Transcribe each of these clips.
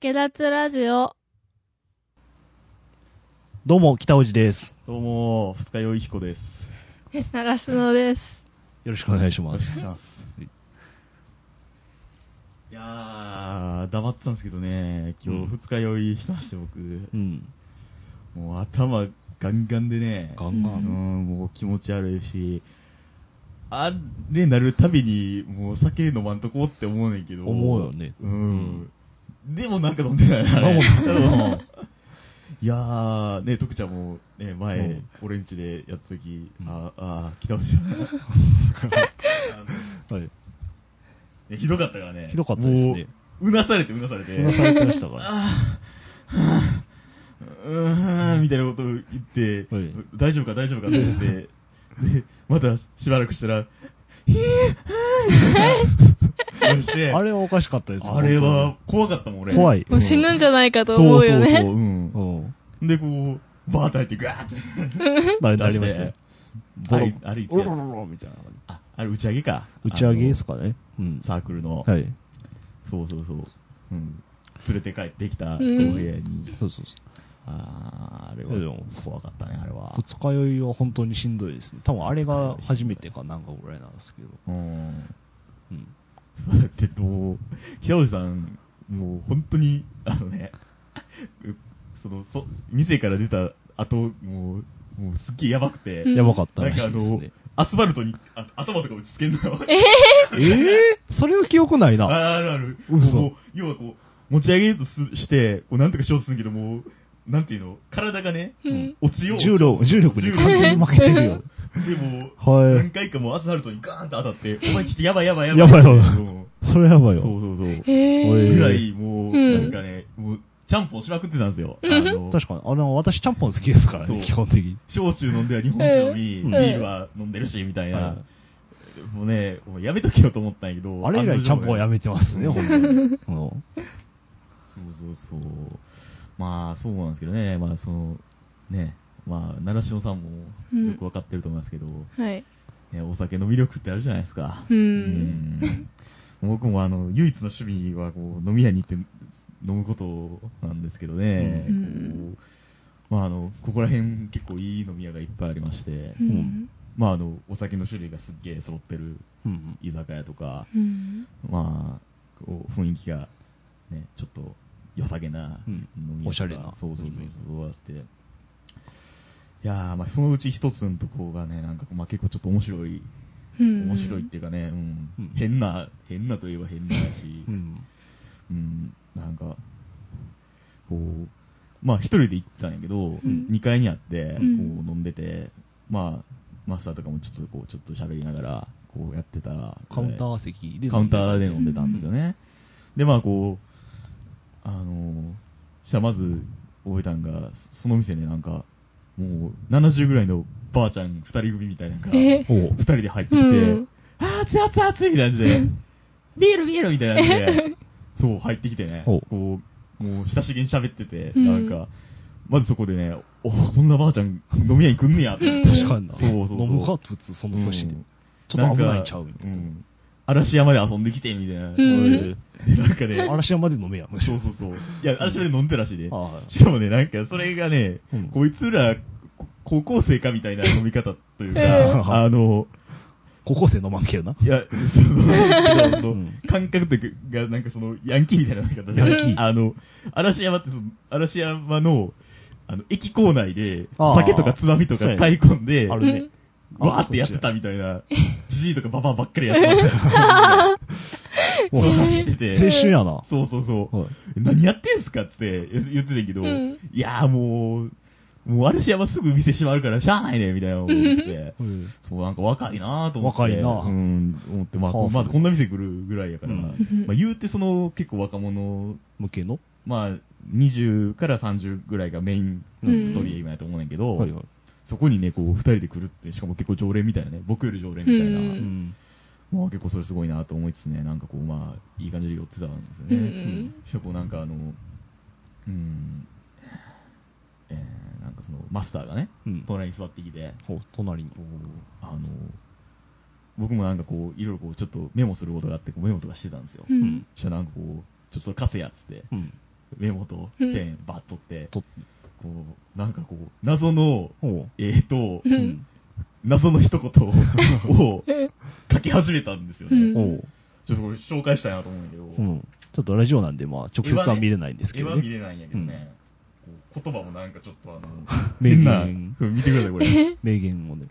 下脱ラジオ。 どうも、北尾路です。 どうも、二日酔い彦です。 長篠です。 よろしくお願いします。 いやー、黙ってたんですけどね、今日二日酔いしてまして、僕。もう頭ガンガンでね、もう気持ち悪いし、あれなるたびに、もう酒飲まんとこうって思うねんけど。 思うよね。 でもなんか飲んでないな、あれ。いやー、ね、徳ちゃんも、ね、前、俺んちでやった時、北尾路さん。はい。ひどかったからね。 ひどかったですね。 うなされて。 うなされてましたから。 みたいなことを言って、大丈夫かと思って、で、またしばらくしたら、 あれはおかしかったです。 あれは怖かったもん、俺。 怖い。 もう死ぬんじゃないかと思うよね。 で、こう、バーッと入ってガーッて。 なりましたよ。 あれいつやみたいな。 あれ打ち上げか。 打ち上げですかね。 サークルの。 はい。 そう。連れて帰ってきたお部屋に。 そう。 あれは怖かったね、あれは。 二日酔いは本当にしんどいですね。多分あれが初めてかなんかぐらいなんですけど。 そうやって北尾さん、もう本当に、店から出た後、もうすっげえやばくて。 やばかったらしいですね。 アスファルトに頭とか打ちつけんのよ。 それは記憶ないな。 ある。要はこう、持ち上げようとして、こうなんとかしようとするけども、なんていうの、体がね、落ちよう。 重力に完全に負けてるよ。 でも、何回かもうアスファルトにガーンと当たって、お前ちょっとやばい。 それやばいよ。 そう。ぐらい、もう、なんかね、もう、ちゃんぽんしまくってたんですよ。 確かに。私ちゃんぽん好きですからね、基本的に。 焼酎飲んでは日本酒飲み、ビールは飲んでるし、みたいな。もうね、やめとけよと思ったんやけど。 あれ以来ちゃんぽんはやめてますね、本当に。 そう。まあ、そうなんですけどね。まあ、習志野さんもよくわかってると思いますけど、お酒の魅力ってあるじゃないですか。僕も唯一の趣味はこう飲み屋に行って飲むことなんですけどね。ここら辺結構いい飲み屋がいっぱいありまして、お酒の種類がすっげえ揃ってる居酒屋とか、こう雰囲気がね、ちょっと良さげな飲み屋とか、 おしゃれな。 そうあって。いやー、そのうち一つのとこがね、なんか結構ちょっと面白いっていうかね、変なといえば変なし、なんか、こう、一人で行ったんやけど、2階にあって、こう飲んでて、マスターとかもちょっと喋りながら、こうやってたら、 カウンター席でカウンターで飲んでたんですよね。で、こう、したらまず覚えたんが、その店になんか、もう70ぐらいのばあちゃん2人組みたいなのが、2人で入ってきて、熱いみたいな感じで、ビールみたいな感じで、そう入ってきてね、こう、もう親しげに喋ってて、なんか、まずそこでね、こんなばあちゃん飲み屋に来んねやって。 確かにな。 そう。 飲むか普通その年で。ちょっと危ないんちゃうみたいな。 嵐山で遊んできて、みたいな。なんかね。 嵐山で飲めや。 そう。いや、嵐山で飲んでらしいで。しかもね、なんか、それがね、こいつら、高校生かみたいな飲み方というか、 高校生飲まんけどな。 いや、感覚というか、なんかヤンキーみたいな飲み方じゃない。嵐山って嵐山の、駅構内で、酒とかつまみとか買い込んで、 あるね。 わーってやってたみたいな、じじいとかババアばっかりやってましたよ。 青春やな。 そう。何やってんすかって言ってたけど、いやーもう嵐山すぐ店閉まるからしゃあないね、みたいな思って、そう、なんか若いなーと思って。 若いな思って、まずこんな店来るぐらいやから、言うて結構若者向けの 20から30ぐらいがメインストーリー今やと思うねんけど、そこにね、こう、二人で来るって、しかも結構常連みたいなね、僕より常連みたいな、結構それすごいなと思いつつね、なんかこう、いい感じで寄ってたんですよね。しかもなんかなんかマスターがね、隣に座ってきて、 隣に。 僕もなんかこう、いろいろこう、ちょっとメモすることがあって、メモとかしてたんですよ。そしたらなんかこう、ちょっとそれ貸せやっつって、 メモとペンバッとって、こう、なんかこう、謎の、謎の一言を書き始めたんですよね。ちょっとこれ紹介したいなと思うんだけど。 ちょっとラジオなんで、まあ、直接は見れないんですけどね。 絵は見れないんやけどね。言葉もなんかちょっと変な、見てください、これ。 名言をね。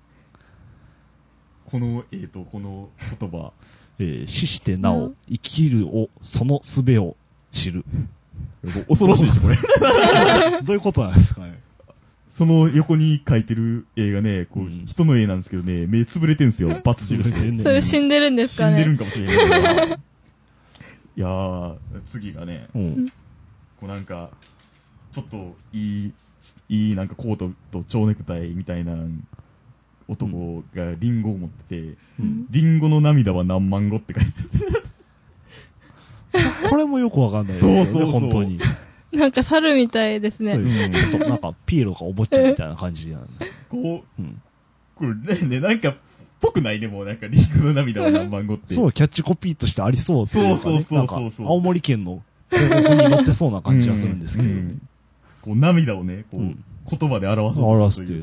この言葉。 死してなお、生きるを、その術を知る。 恐ろしいし、これ。 どういうことなんですかね。 その横に描いてる絵がね、こう、人の絵なんですけどね、目つぶれてんすよ、バツ印で。 それ死んでるんですかね。 死んでるんかもしれないけど。いやー、次がね、こうなんか、ちょっといいなんかコートと蝶ネクタイみたいな男がリンゴを持ってて、リンゴの涙は何万語って書いててこれもよくわかんないですよね、そう本当に。 なんか猿みたいですね。 ちょっとなんかピエロかお坊ちゃんみたいな感じなんです。 これね、なんか、ぽくないでもなんかリンゴの涙は何万語って。 そう、キャッチコピーとしてありそうっていうか、ね。そう。青森県の広告に載ってそうな感じがするんですけどね。 こう涙をね、こう、言葉で表すという。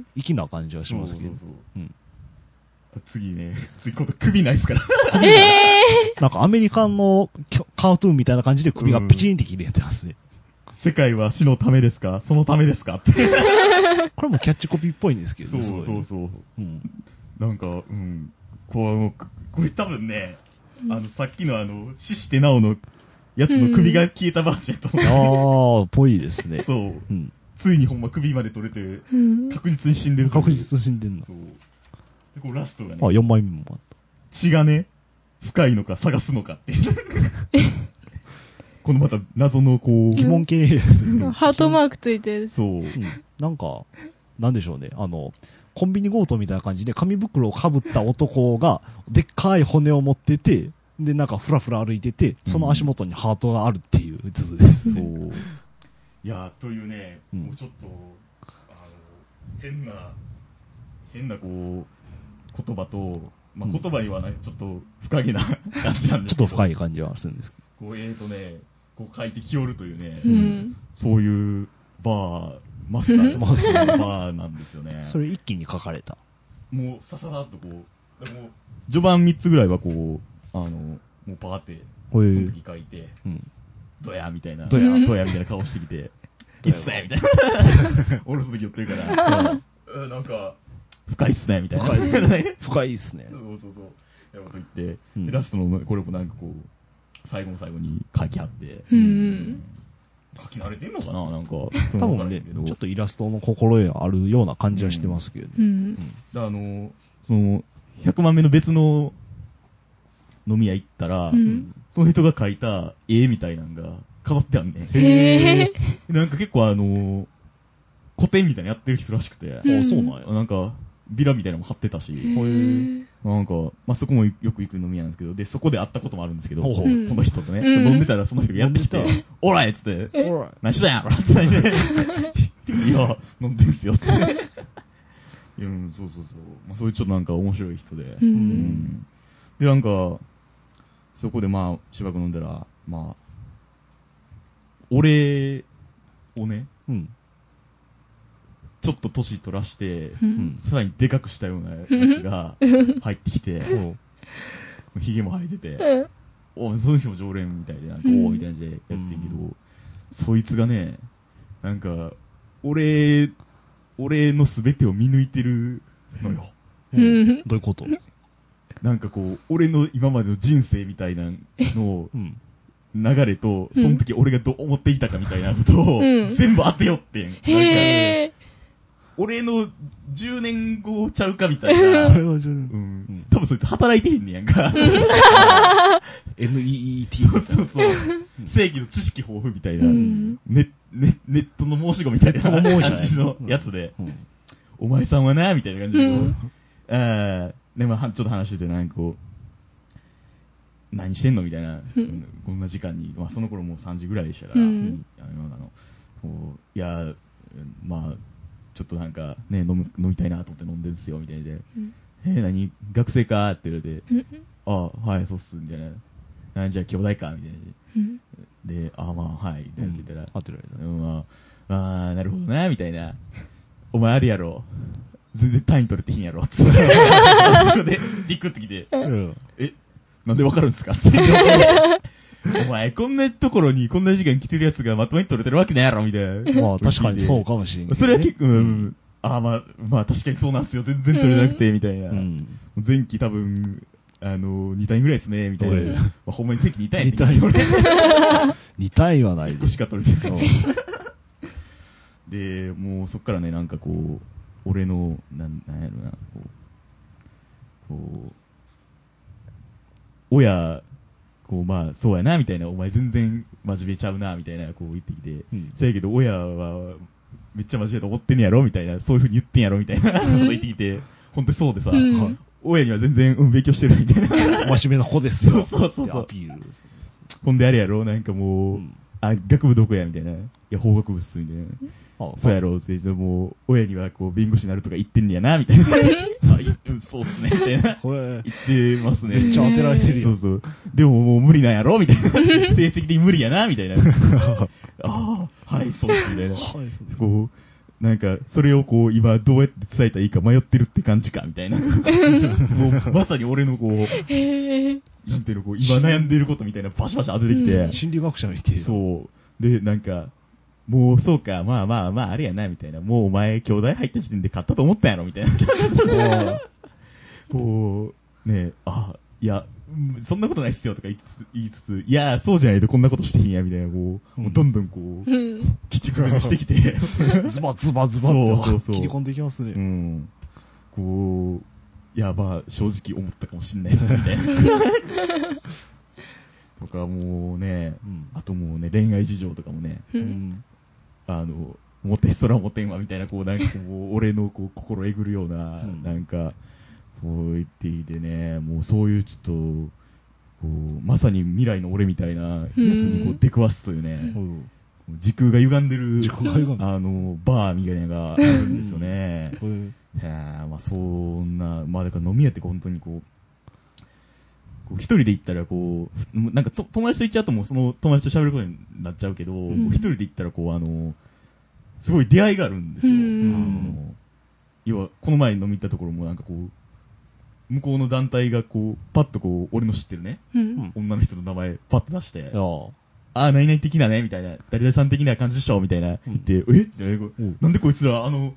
粋な感じはしますけど。 次、今度首ないっすから。 なんかアメリカンのカートゥーンみたいな感じで首がピチンって切れてますね。 世界は死のためですかそのためですかって。 これもキャッチコピーっぽいんですけどね。 そう。なんか、これ多分ね、さっきの死してなおのやつの首が消えたバージョンやと思う。ぽいですね。 そう。ついにほんま首まで取れて、確実に死んでる。 確実に死んでるの。 で、こうラストがね。 4枚目もあった。 血がね、深いのか探すのかって。このまた謎のこう。 疑問系ですね。 ハートマークついてる。 そう。 なんか、なんでしょうね。コンビニ強盗みたいな感じで紙袋をかぶった男が、でっかい骨を持ってて、で、なんかふらふら歩いてて、その足元にハートがあるっていう図です。 そう。いや、というね、もうちょっと、変なこう、言葉と、まあ、言葉にはない、ちょっと深げな感じなんですけど。 ちょっと深い感じはするんですけど。こう、こう書いてきよるというね、そういうマスターのバーなんですよね。 それ一気に書かれた。 もう、ささっとこう、もう、序盤3つぐらいはこう、もうパーって、その時書いて、ドヤみたいな、ドヤみたいな顔してきて、いっすねみたいな。おろす時寄ってるから、なんか、深いっすねみたいな。 深いっすね。 そう。やこと言って、ラストのこれもなんかこう、最後の最後に書きあって、書き慣れてんのかななんか。多分ね、ちょっとイラストの心得があるような感じはしてますけどね。 その、100万目の別の飲み屋行ったら、その人が描いた絵みたいなのが飾ってあんねん。なんか結構古典みたいなやってる人らしくて。 そうなんや。 なんか、ビラみたいなのも貼ってたし。なんか、まあ、そこもよく行く飲み屋なんですけど、で、そこで会ったこともあるんですけど、この人とね、飲んでたらその人がやってきて、おらいっつって、何したんやろって言って、いや、飲んでんすよって。そう。まあ、そういうちょっとなんか面白い人で。で、なんか、そこでまあ、しばらく飲んだら、まあ、俺をね、ちょっと年取らして、さらにでかくしたようなやつが入ってきて、髭も生えてて、その人も常連みたいで、なんか、みたいな感じでやってたけど、そいつがね、なんか、俺の全てを見抜いてるのよ。 どういうことなんかこう、俺の今までの人生みたいなのを、流れと、その時俺がどう思っていたかみたいなことを、全部当てよってん。俺の10年後ちゃうかみたいな。多分そいつ働いてへんねやんか。 NEET。 そう。正義の知識豊富みたいな。ネットの申し子みたいな感じのやつで。お前さんはな、みたいな感じで。で、まあ、ちょっと話してて、なんかこう、何してんのみたいな。こんな時間に。まあ、その頃もう3時ぐらいでしたから。いや、まあ、ちょっとなんかね、飲みたいなと思って飲んでるんですよ、みたいで。何学生かって言われて、はい、そうっす、みたいな。 じゃあ兄弟かみたいな。で、まあ、はい、みたいな言ったら、 合ってるまあ、なるほどな、みたいな。お前あるやろ。全然単位取れてへんやろ。つって。それで、ビクッときて、なんでわかるんすかつって。お前、こんなところにこんな時間来てるやつがまともに取れてるわけないやろ、みたいな。 まあ、確かにそうかもしれんけどね。 それは結構、まあ、確かにそうなんすよ。全然取れなくて、みたいな。前期多分、2単位ぐらいですね、みたいな。まあ、ほんまに前期2単位って言って 2単位はない 1個しか取れてない。で、もうそっからね、なんかこう、俺の、なんやろな、親、まあ、そうやな、みたいな、お前全然真面目ちゃうな、みたいな、言ってきて、そやけど親は、めっちゃ真面目と思ってんねやろみたいな、そういう風に言ってんやろみたいなこと言ってきて、本当にそうでさ、親には全然、勉強してるみたいな。 真面目な子ですよ。 そう。 アピール。 ほんであれやろなんかもう、学部どこやみたいな。いや、法学部っす、みたいな。そうやろってもう、親には弁護士になるとか言ってんねやな、みたいな。そうっすね、みたいな。言ってますね。 めっちゃ当てられてるよ。 そう。でももう無理なんやろみたいな。成績的に無理やな、みたいな。はい、そうっす、みたいな。なんか、それを今どうやって伝えたらいいか迷ってるって感じか、みたいな。もう、まさに俺のなんていうの、今悩んでることみたいなバシバシ当ててきて。 心理学者みたいな。 そう。で、なんか、もうそうか、まあ、あれやな、みたいな。もうお前、兄弟入った時点で勝ったと思ったんやろ、みたいな。ねいや、そんなことないっすよ、とか言いつつ、いや、そうじゃないとこんなことしてへんや、みたいな、もうどんどん鬼畜攻めしてきて。 ズバズバって切り込んでいきますね。 いや、まあ、正直思ったかもしんないっす、みたいな。とか、もうね、あともうね、恋愛事情とかもね、モテそらモテんわ、みたいな、なんか俺の心えぐるような、なんか、言っていてね、もうそういうちょっと、まさに未来の俺みたいなやつに出くわすというね、時空が歪んでる、バーみたいなのがあるんですよね。まあそんな、まあだから飲み屋って本当に一人で行ったらなんか友達と行っちゃうともうその友達と喋ることになっちゃうけど、一人で行ったらすごい出会いがあるんですよ。要は、この前飲み行ったところもなんか向こうの団体がパッと俺の知ってるね、女の人の名前パッと出して、何々的なね、みたいな、誰々さん的な感じでしょ、みたいな、言って、なんでこいつら、俺の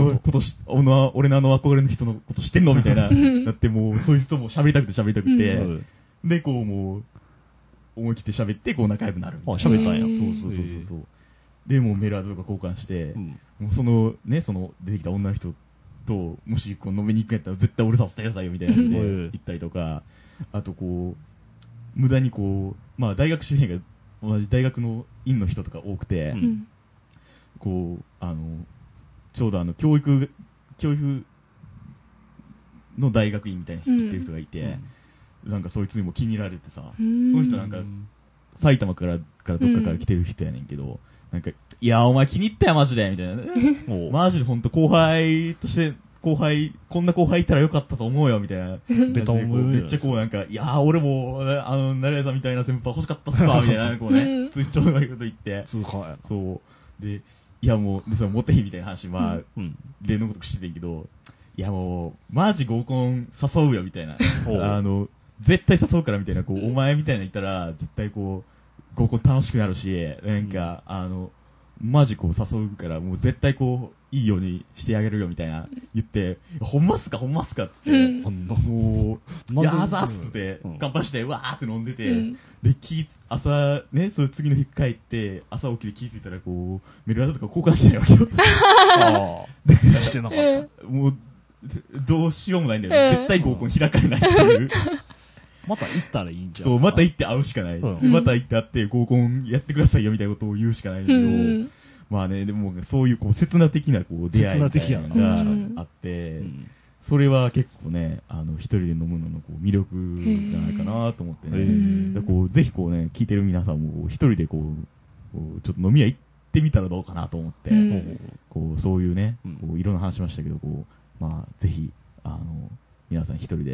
憧れの人のこと知ってんのみたいな、だってもう、そいつとも喋りたくて、で、もう、思い切って喋って、仲良くなる。 喋ったんや。 そう。で、もうメールアドとか交換して、もうその出てきた女の人と、もし飲みに行くんやったら絶対俺させてくださいよ、みたいな感じで行ったりとか、あと無駄にまあ大学周辺が同じ大学の院の人とか多くて、ちょうど教育の大学院みたいな人っていう人がいて、なんかそいつにも気に入られてさ、その人なんか埼玉からどっかから来てる人やねんけど、なんか、いや、お前気に入ったよ、マジでみたいな。マジでほんと後輩として、こんな後輩いたらよかったと思うよ、みたいな。めっちゃなんか、いやー、俺も、成谷さんみたいな先輩欲しかったっすわ、みたいな、通帳のこと言って。そう。で、いやもう、モテへんみたいな話、まあ、例のことしててんけど、いやもう、マジ合コン誘うよ、みたいな。絶対誘うから、みたいな、お前みたいなのいたら、絶対合コン楽しくなるし、なんか、マジ誘うから、もう絶対いいようにしてあげるよみたいな言って、ほんまっすかっつって、もう、やざーっつって、乾杯して、わーって飲んでて、で、朝、ね、それ次の日帰って、朝起きて気づいたらメールアドとか交換してないわけよ。だからしてなかった。もう、どうしようもないんだよね。絶対合コン開かれないっていう。 また行ったらいいんじゃん。 そう、また行って会うしかない。また行って会って合コンやってくださいよみたいなことを言うしかないんだけど、まあね、でもそういう刹那的な出会いみたいなのがあって、それは結構ね、一人で飲むのの魅力じゃないかなと思ってね。ぜひ聞いてる皆さんも一人でちょっと飲み屋行ってみたらどうかなと思って、そういうね、いろんな話しましたけど、まあぜひ、皆さん一人で、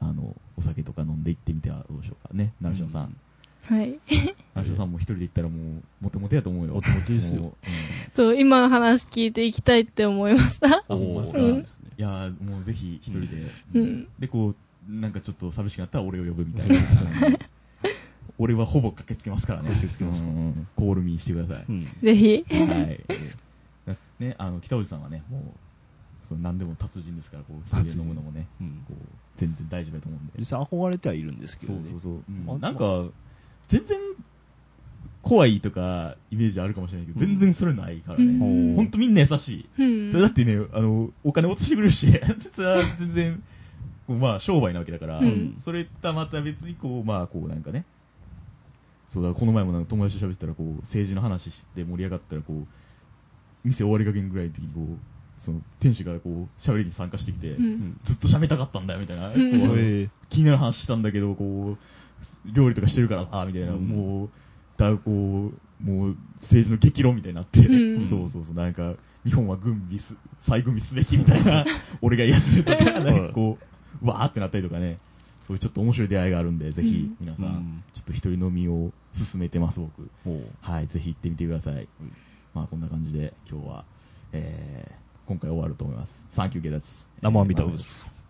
お酒とか飲んで行ってみてはどうでしょうかね、習志野さん。 はい。 習志野さんも一人で行ったらもう、モテモテやと思うよ。 モテモテですよ。 そう、今の話聞いて行きたいって思いました。 ほんまですか。いやもうぜひ一人で。で、こう、なんかちょっと寂しくなったら俺を呼ぶみたいな。俺はほぼ駆けつけますからね。駆けつけます。コールミーしてください。 ぜひ。 はい。ね、北内さんはね、もう、何でも達人ですから、こう、一人で飲むのもね、こう、全然大丈夫だと思うんで。 実際憧れてはいるんですけどね。 そう。なんか、全然、怖いとか、イメージあるかもしれないけど、全然それないからね。ほんとみんな優しい。だってね、お金落としてくれるし、それは全然、まあ、商売なわけだから、それとはまた別に、こう、まあ、こうなんかね、そうだ、この前もなんか友達と喋ってたら、こう、政治の話して盛り上がったら、こう、店終わりかけんぐらいの時に、こう、その、店主がこう、喋りに参加してきて、ずっと喋りたかったんだよ、みたいな。気になる話したんだけど、こう、料理とかしてるからさ、みたいな、もう、もう、政治の激論みたいになって、そう、なんか、日本は再軍備すべきみたいな、俺が言い始めたから、こう、わーってなったりとかね、そういうちょっと面白い出会いがあるんで、ぜひ、皆さん、ちょっと一人飲みを勧めてます、僕。はい、ぜひ行ってみてください。まあ、こんな感じで、今日は、今回終わると思います。サンキューゲラツ。 生アミタブです。